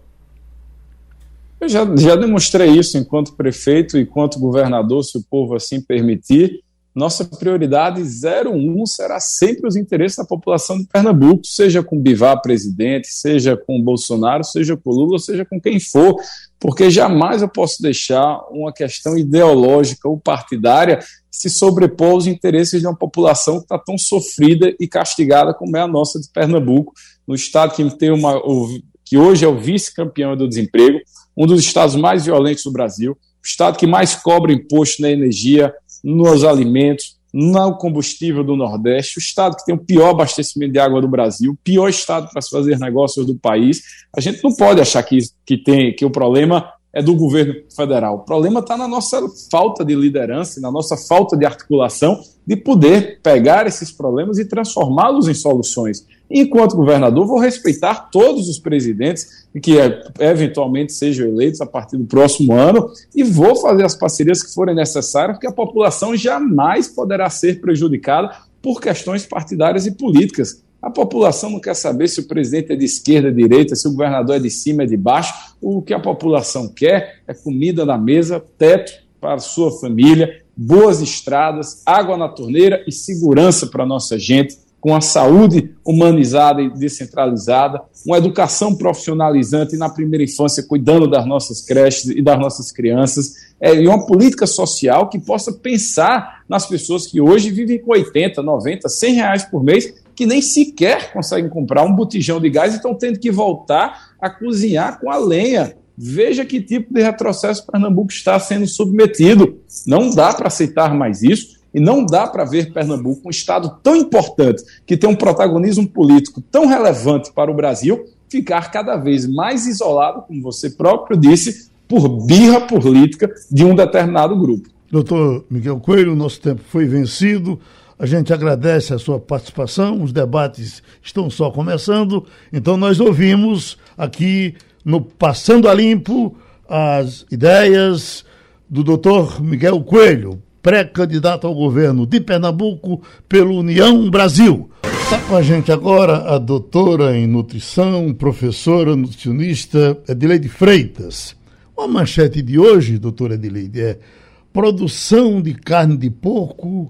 Eu já, já demonstrei isso enquanto prefeito e enquanto governador, se o povo assim permitir. Nossa prioridade zero um será sempre os interesses da população de Pernambuco, seja com Bivar presidente, seja com Bolsonaro, seja com Lula, seja com quem for, porque jamais eu posso deixar uma questão ideológica ou partidária se sobrepor aos interesses de uma população que está tão sofrida e castigada como é a nossa de Pernambuco, no estado que, tem uma, que hoje é o vice-campeão do desemprego, um dos estados mais violentos do Brasil, o estado que mais cobra imposto na energia, nos alimentos, no combustível do Nordeste, o estado que tem o pior abastecimento de água do Brasil, o pior estado para se fazer negócios do país. A gente não pode achar que, que, tem, que o problema é do governo federal. O problema está na nossa falta de liderança, na nossa falta de articulação, de poder pegar esses problemas e transformá-los em soluções. Enquanto governador, vou respeitar todos os presidentes que eventualmente sejam eleitos a partir do próximo ano e vou fazer as parcerias que forem necessárias, porque a população jamais poderá ser prejudicada por questões partidárias e políticas. A população não quer saber se o presidente é de esquerda, de direita, se o governador é de cima, é de baixo. O que a população quer é comida na mesa, teto para a sua família, boas estradas, água na torneira e segurança para a nossa gente, com a saúde humanizada e descentralizada, uma educação profissionalizante na primeira infância, cuidando das nossas creches e das nossas crianças, é, e uma política social que possa pensar nas pessoas que hoje vivem com oitenta, noventa, cem reais por mês, que nem sequer conseguem comprar um botijão de gás e estão tendo que voltar a cozinhar com a lenha. Veja que tipo de retrocesso Pernambuco está sendo submetido. Não dá para aceitar mais isso. E não dá para ver Pernambuco, um estado tão importante, que tem um protagonismo político tão relevante para o Brasil, ficar cada vez mais isolado, como você próprio disse, por birra política de um determinado grupo. Doutor Miguel Coelho, o nosso tempo foi vencido. A gente agradece a sua participação. Os debates estão só começando. Então nós ouvimos aqui no Passando a Limpo as ideias do doutor Miguel Coelho, pré-candidato ao governo de Pernambuco pelo União Brasil. Está com a gente agora a doutora em nutrição, professora nutricionista Edileide Freitas. A manchete de hoje, doutora Edileide, é: produção de carne de porco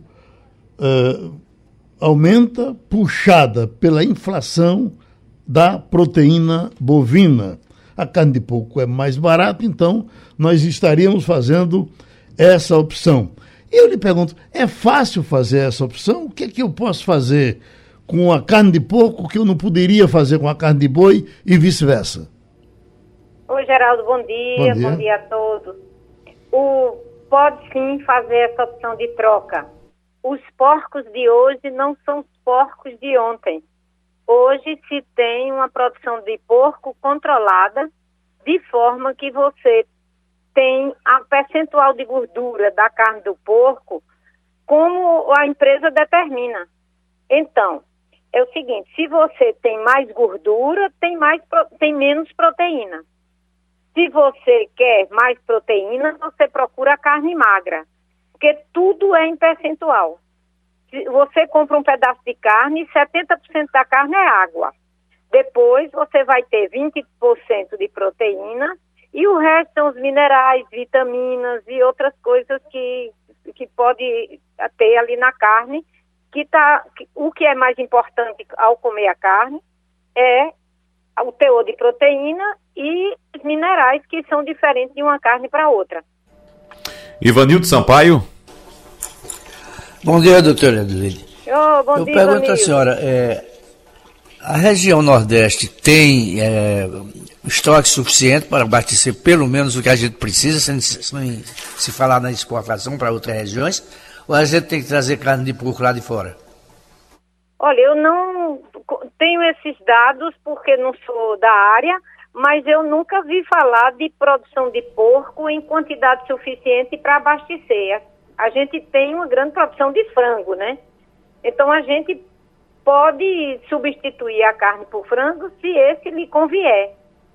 uh, aumenta puxada pela inflação da proteína bovina. A carne de porco é mais barata, então nós estaríamos fazendo essa opção. Eu lhe pergunto, é fácil fazer essa opção? O que é que eu posso fazer com a carne de porco que eu não poderia fazer com a carne de boi e vice-versa? Oi, Geraldo, bom dia, bom dia, bom dia a todos. O, pode sim fazer essa opção de troca. Os porcos de hoje não são os porcos de ontem. Hoje se tem uma produção de porco controlada de forma que você tem a percentual de gordura da carne do porco como a empresa determina. Então, é o seguinte, se você tem mais gordura, tem, mais, tem menos proteína. Se você quer mais proteína, você procura a carne magra, porque tudo é em percentual. Se você compra um pedaço de carne, setenta por cento da carne é água. Depois você vai ter vinte por cento de proteína E o resto são os minerais, vitaminas e outras coisas que, que pode ter ali na carne, que tá, que, o que é mais importante ao comer a carne é o teor de proteína e os minerais, que são diferentes de uma carne para outra. Ivanildo Sampaio. Bom dia, doutora Adelaide. Oh, bom Eu dia, pergunto amigo. à senhora, é, a região Nordeste tem é, estoque suficiente para abastecer pelo menos o que a gente precisa, sem, sem se falar na exportação para outras regiões, ou a gente tem que trazer carne de porco lá de fora? Olha, eu não tenho esses dados porque não sou da área, mas eu nunca vi falar de produção de porco em quantidade suficiente para abastecer. A gente tem uma grande produção de frango, né? Então a gente pode substituir a carne por frango se esse lhe convier.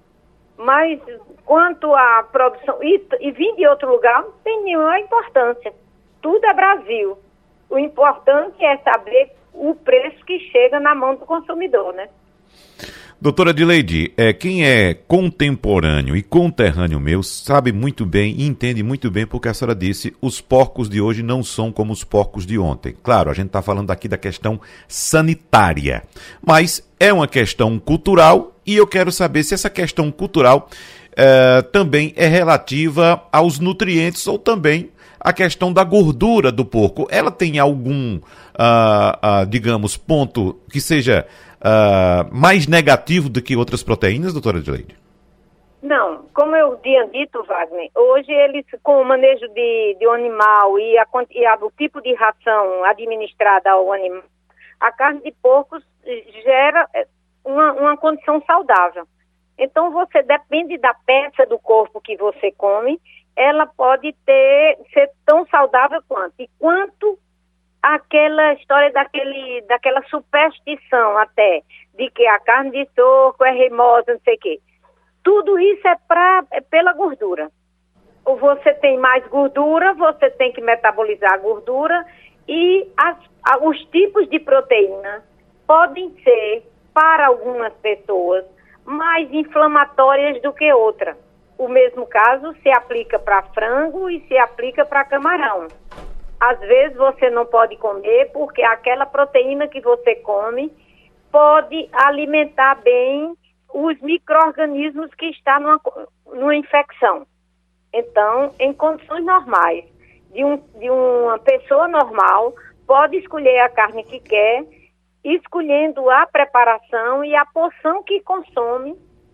Mas quanto à produção, e, e vir de outro lugar, não tem nenhuma importância. Tudo é Brasil. O importante é saber o preço que chega na mão do consumidor, né? Doutora Adelaide, é, quem é contemporâneo e conterrâneo meu sabe muito bem e entende muito bem porque a senhora disse os porcos de hoje não são como os porcos de ontem. Claro, a gente está falando aqui da questão sanitária, mas é uma questão cultural e eu quero saber se essa questão cultural é, também é relativa aos nutrientes ou também a questão da gordura do porco. Ela tem algum, uh, uh, digamos, ponto que seja uh, mais negativo do que outras proteínas, doutora Adelaide? Não, como eu tinha dito, Wagner, hoje eles, com o manejo de, de um animal e, a, e a, o tipo de ração administrada ao animal, a carne de porcos gera uma, uma condição saudável. Então, você depende da peça do corpo que você come, ela pode ter, ser tão saudável quanto. E quanto aquela história daquele, daquela superstição até, de que a carne de porco é remosa, não sei o quê. Tudo isso é, pra, é pela gordura. Ou você tem mais gordura, você tem que metabolizar a gordura e as, a, os tipos de proteína podem ser, para algumas pessoas, mais inflamatórias do que outra. O mesmo caso se aplica para frango e se aplica para camarão. Às vezes você não pode comer porque aquela proteína que você come pode alimentar bem os micro-organismos que estão numa, numa infecção. Então, em condições normais, de, um, de uma pessoa normal, pode escolher a carne que quer, escolhendo a preparação e a porção que consome,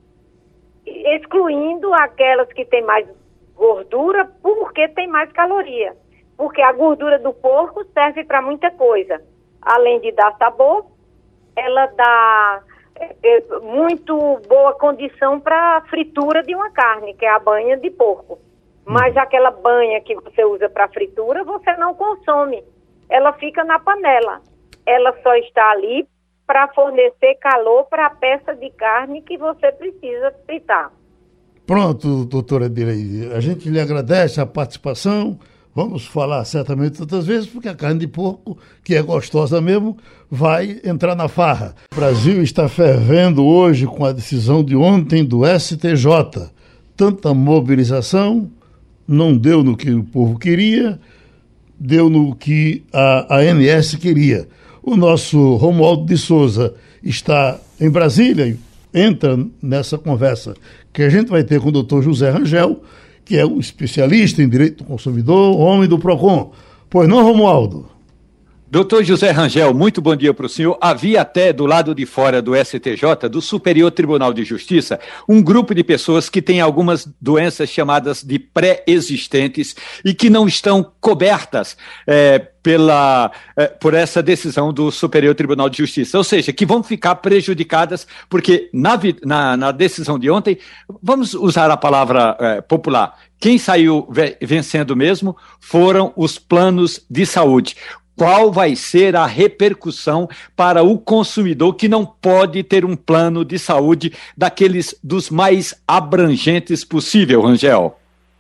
excluindo aquelas que têm mais gordura, porque tem mais caloria. Porque a gordura do porco serve para muita coisa. Além de dar sabor, ela dá é, é, muito boa condição para a fritura de uma carne, que é a banha de porco. Mas aquela banha que você usa para fritura, você não consome. Ela fica na panela. Ela só está ali para fornecer calor para a peça de carne que você precisa fritar. Pronto, doutora Adelaide. A gente lhe agradece a participação. Vamos falar certamente outras vezes, porque a carne de porco, que é gostosa mesmo, vai entrar na farra. O Brasil está fervendo hoje com a decisão de ontem do S T J. Tanta mobilização, não deu no que o povo queria, deu no que a, a A N S queria. O nosso Romualdo de Souza está em Brasília e entra nessa conversa que a gente vai ter com o doutor José Rangel, que é um especialista em direito do consumidor, homem do PROCON. Pois não, Romualdo? Doutor José Rangel, muito bom dia para o senhor. Havia até do lado de fora do S T J, do Superior Tribunal de Justiça, um grupo de pessoas que têm algumas doenças chamadas de pré-existentes e que não estão cobertas é, pela, é, por essa decisão do Superior Tribunal de Justiça. Ou seja, que vão ficar prejudicadas porque na, na, na decisão de ontem, vamos usar a palavra é, popular, quem saiu vencendo mesmo foram os planos de saúde. Qual vai ser a repercussão para o consumidor que não pode ter um plano de saúde daqueles dos mais abrangentes possível, Rangel?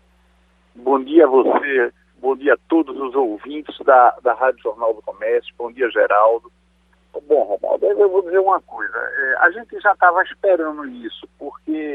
Bom dia a você, bom dia a todos os ouvintes da, da Rádio Jornal do Comércio, bom dia, Geraldo. Bom, Romualdo, eu vou dizer uma coisa, é, a gente já estava esperando isso, porque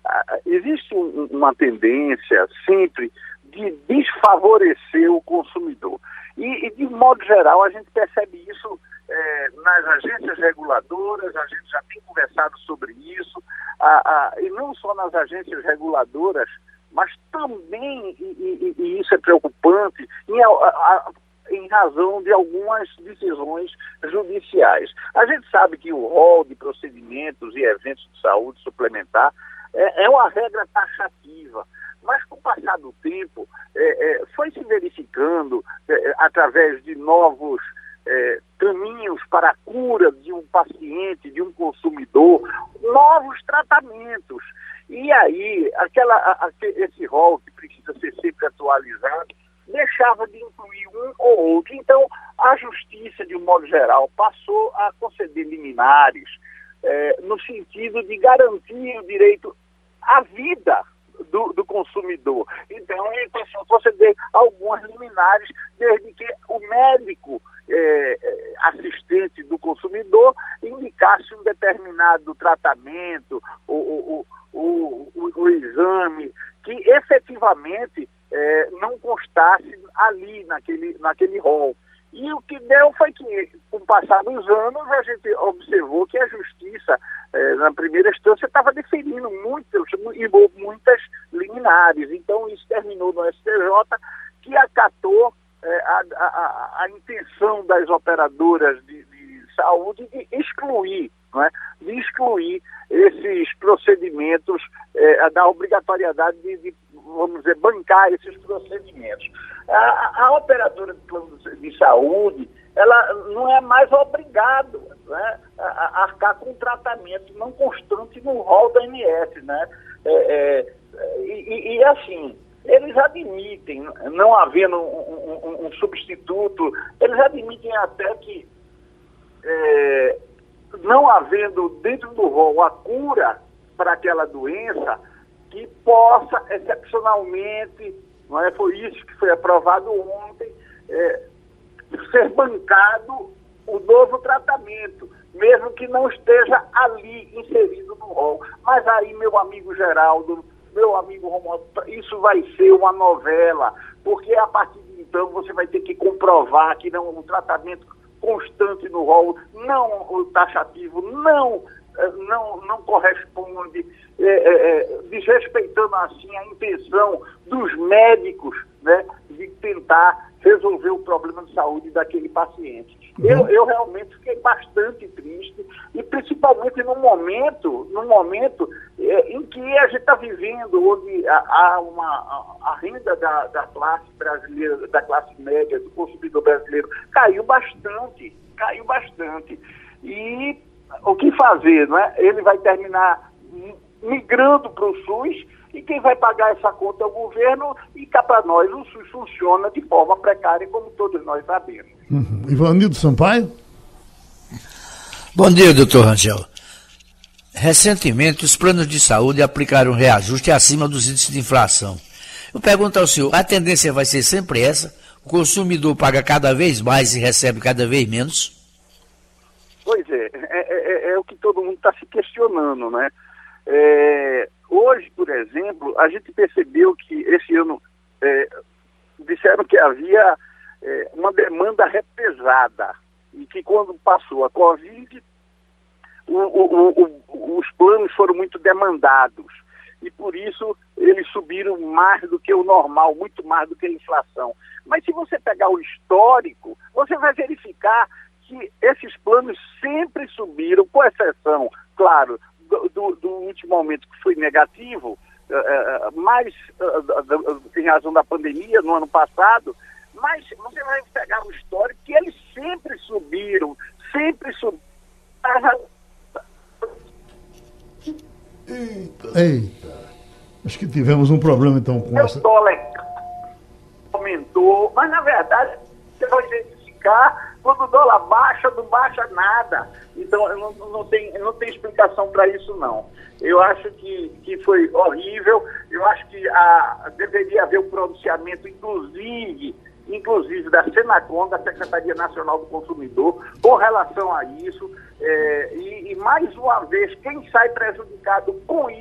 existe um, uma tendência sempre de desfavorecer o consumidor. E, e, de modo geral, a gente percebe isso é, nas agências reguladoras, a gente já tem conversado sobre isso, a, a, e não só nas agências reguladoras, mas também, e, e, e isso é preocupante, em, a, a, em razão de algumas decisões judiciais. A gente sabe que o rol de procedimentos e eventos de saúde suplementar é, é uma regra taxativa, mas com o passar do tempo é, é, foi se verificando é, através de novos é, caminhos para a cura de um paciente, de um consumidor, novos tratamentos. E aí, aquela, a, a, esse rol que precisa ser sempre atualizado, deixava de incluir um ou outro. Então, a justiça, de um modo geral, passou a conceder liminares é, no sentido de garantir o direito à vida do, do consumidor. Então, ele passou a conceder algumas liminares, desde que o médico é, assistente do consumidor indicasse um determinado tratamento, o, o, o, o, o exame, que efetivamente é, não constasse ali, naquele, naquele rol. E o que deu foi que, com o passar dos anos, a gente observou que a justiça, eh, na primeira instância, estava deferindo muitas, muitas liminares. Então, isso terminou no S T J, que acatou eh, a, a, a intenção das operadoras de, de saúde de excluir, não é? de excluir esses procedimentos, eh, da obrigatoriedade de, de, vamos dizer, bancar esses procedimentos. A, a operadora de plano de saúde, ela não é mais obrigada, né, a, a arcar com tratamento não constante no rol da A N S, né? É, é, e, e assim, eles admitem, não havendo um, um, um substituto, eles admitem até que é, não havendo dentro do rol a cura para aquela doença, que possa excepcionalmente, não é? Foi isso que foi aprovado ontem, é, ser bancado o novo tratamento, mesmo que não esteja ali inserido no rol. Mas aí, meu amigo Geraldo, meu amigo Romualdo, isso vai ser uma novela, porque a partir de então você vai ter que comprovar que não, o tratamento constante no rol, não o taxativo, não, não, não corresponde, é, é, desrespeitando assim a intenção dos médicos, né, de tentar resolver o problema de saúde daquele paciente. Uhum. Eu, eu realmente fiquei bastante triste, e principalmente no momento, no momento é, em que a gente está vivendo, onde há uma, a, a renda da, da classe brasileira, da classe média, do consumidor brasileiro, caiu bastante, caiu bastante. E o que fazer, não é? Ele vai terminar migrando para o SUS, e quem vai pagar essa conta é o governo, e cá para nós o SUS funciona de forma precária, como todos nós sabemos. Uhum. Ivanildo Sampaio? Bom dia, doutor Rangel. Recentemente, os planos de saúde aplicaram um reajuste acima dos índices de inflação. Eu pergunto ao senhor, a tendência vai ser sempre essa? O consumidor paga cada vez mais e recebe cada vez menos? Pois é, é, é, é o que todo mundo está se questionando, né? É, hoje, por exemplo, a gente percebeu que esse ano é, disseram que havia é, uma demanda represada, e que quando passou a Covid, o, o, o, os planos foram muito demandados, e por isso eles subiram mais do que o normal, muito mais do que a inflação. Mas se você pegar o histórico, você vai verificar que esses planos sempre subiram, com exceção, claro, do, do, do último aumento que foi negativo, uh, uh, mais uh, uh, em razão da pandemia no ano passado, mas você vai pegar o histórico que eles sempre subiram, sempre subiram. Eita. Eita. Acho que tivemos um problema então com essa. O dólar aumentou, mas na verdade você vai verificar, quando o dólar baixa, não baixa nada. Então não, não, tem, não tem explicação para isso não. Eu acho que, que foi horrível, eu acho que a, deveria haver um pronunciamento, inclusive, inclusive da Senacom, da Secretaria Nacional do Consumidor, com relação a isso. É, e, e mais uma vez, quem sai prejudicado com isso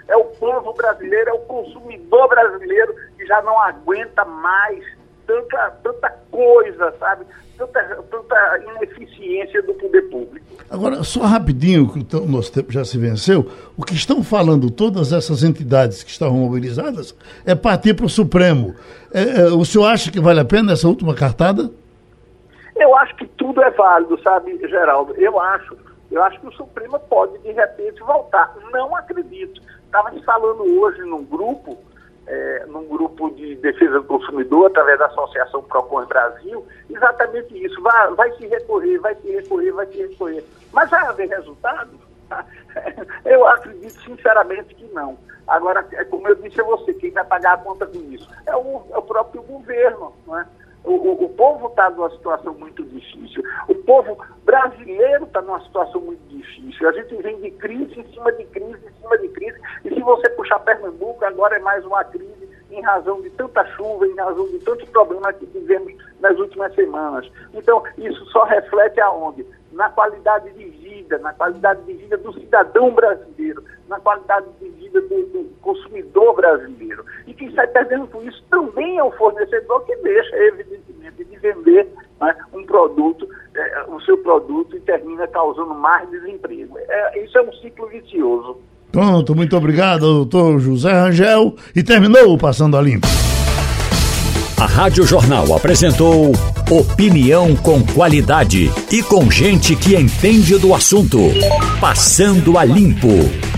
É o povo brasileiro, é o consumidor brasileiro que já não aguenta mais tanta, tanta coisa, sabe? Tanta, tanta ineficiência do poder público. Agora, só rapidinho, que o nosso tempo já se venceu, o que estão falando todas essas entidades que estavam mobilizadas é partir para o Supremo. É, é, o senhor acha que vale a pena essa última cartada? Eu acho que tudo é válido, sabe, Geraldo? Eu acho, eu acho que o Supremo pode, de repente, voltar. Não acredito. Estava se falando hoje num grupo, É, num grupo de defesa do consumidor, através da Associação Procon Brasil, exatamente isso. Vai, vai se recorrer, vai se recorrer, vai se recorrer. Mas vai haver resultado? Eu acredito sinceramente que não. Agora, como eu disse a você, quem vai pagar a conta com isso é o, é o próprio governo, não é? O, o, o povo está numa situação muito difícil. O povo brasileiro está numa situação muito difícil. A gente vem de crise em cima de crise, em cima de crise. E se você puxar Pernambuco, agora é mais uma crise em razão de tanta chuva, em razão de tantos problemas que tivemos nas últimas semanas. Então, isso só reflete aonde? Na qualidade de vida, na qualidade de vida do cidadão brasileiro, na qualidade de vida do, do consumidor brasileiro. E quem sai perdendo com isso também é o fornecedor, que deixa, evidentemente, de vender, né, um produto, é, o seu produto, e termina causando mais desemprego. É, isso é um ciclo vicioso. Pronto, muito obrigado, doutor José Rangel. E terminou o Passando a Limpo. A Rádio Jornal apresentou opinião com qualidade e com gente que entende do assunto. Passando a Limpo.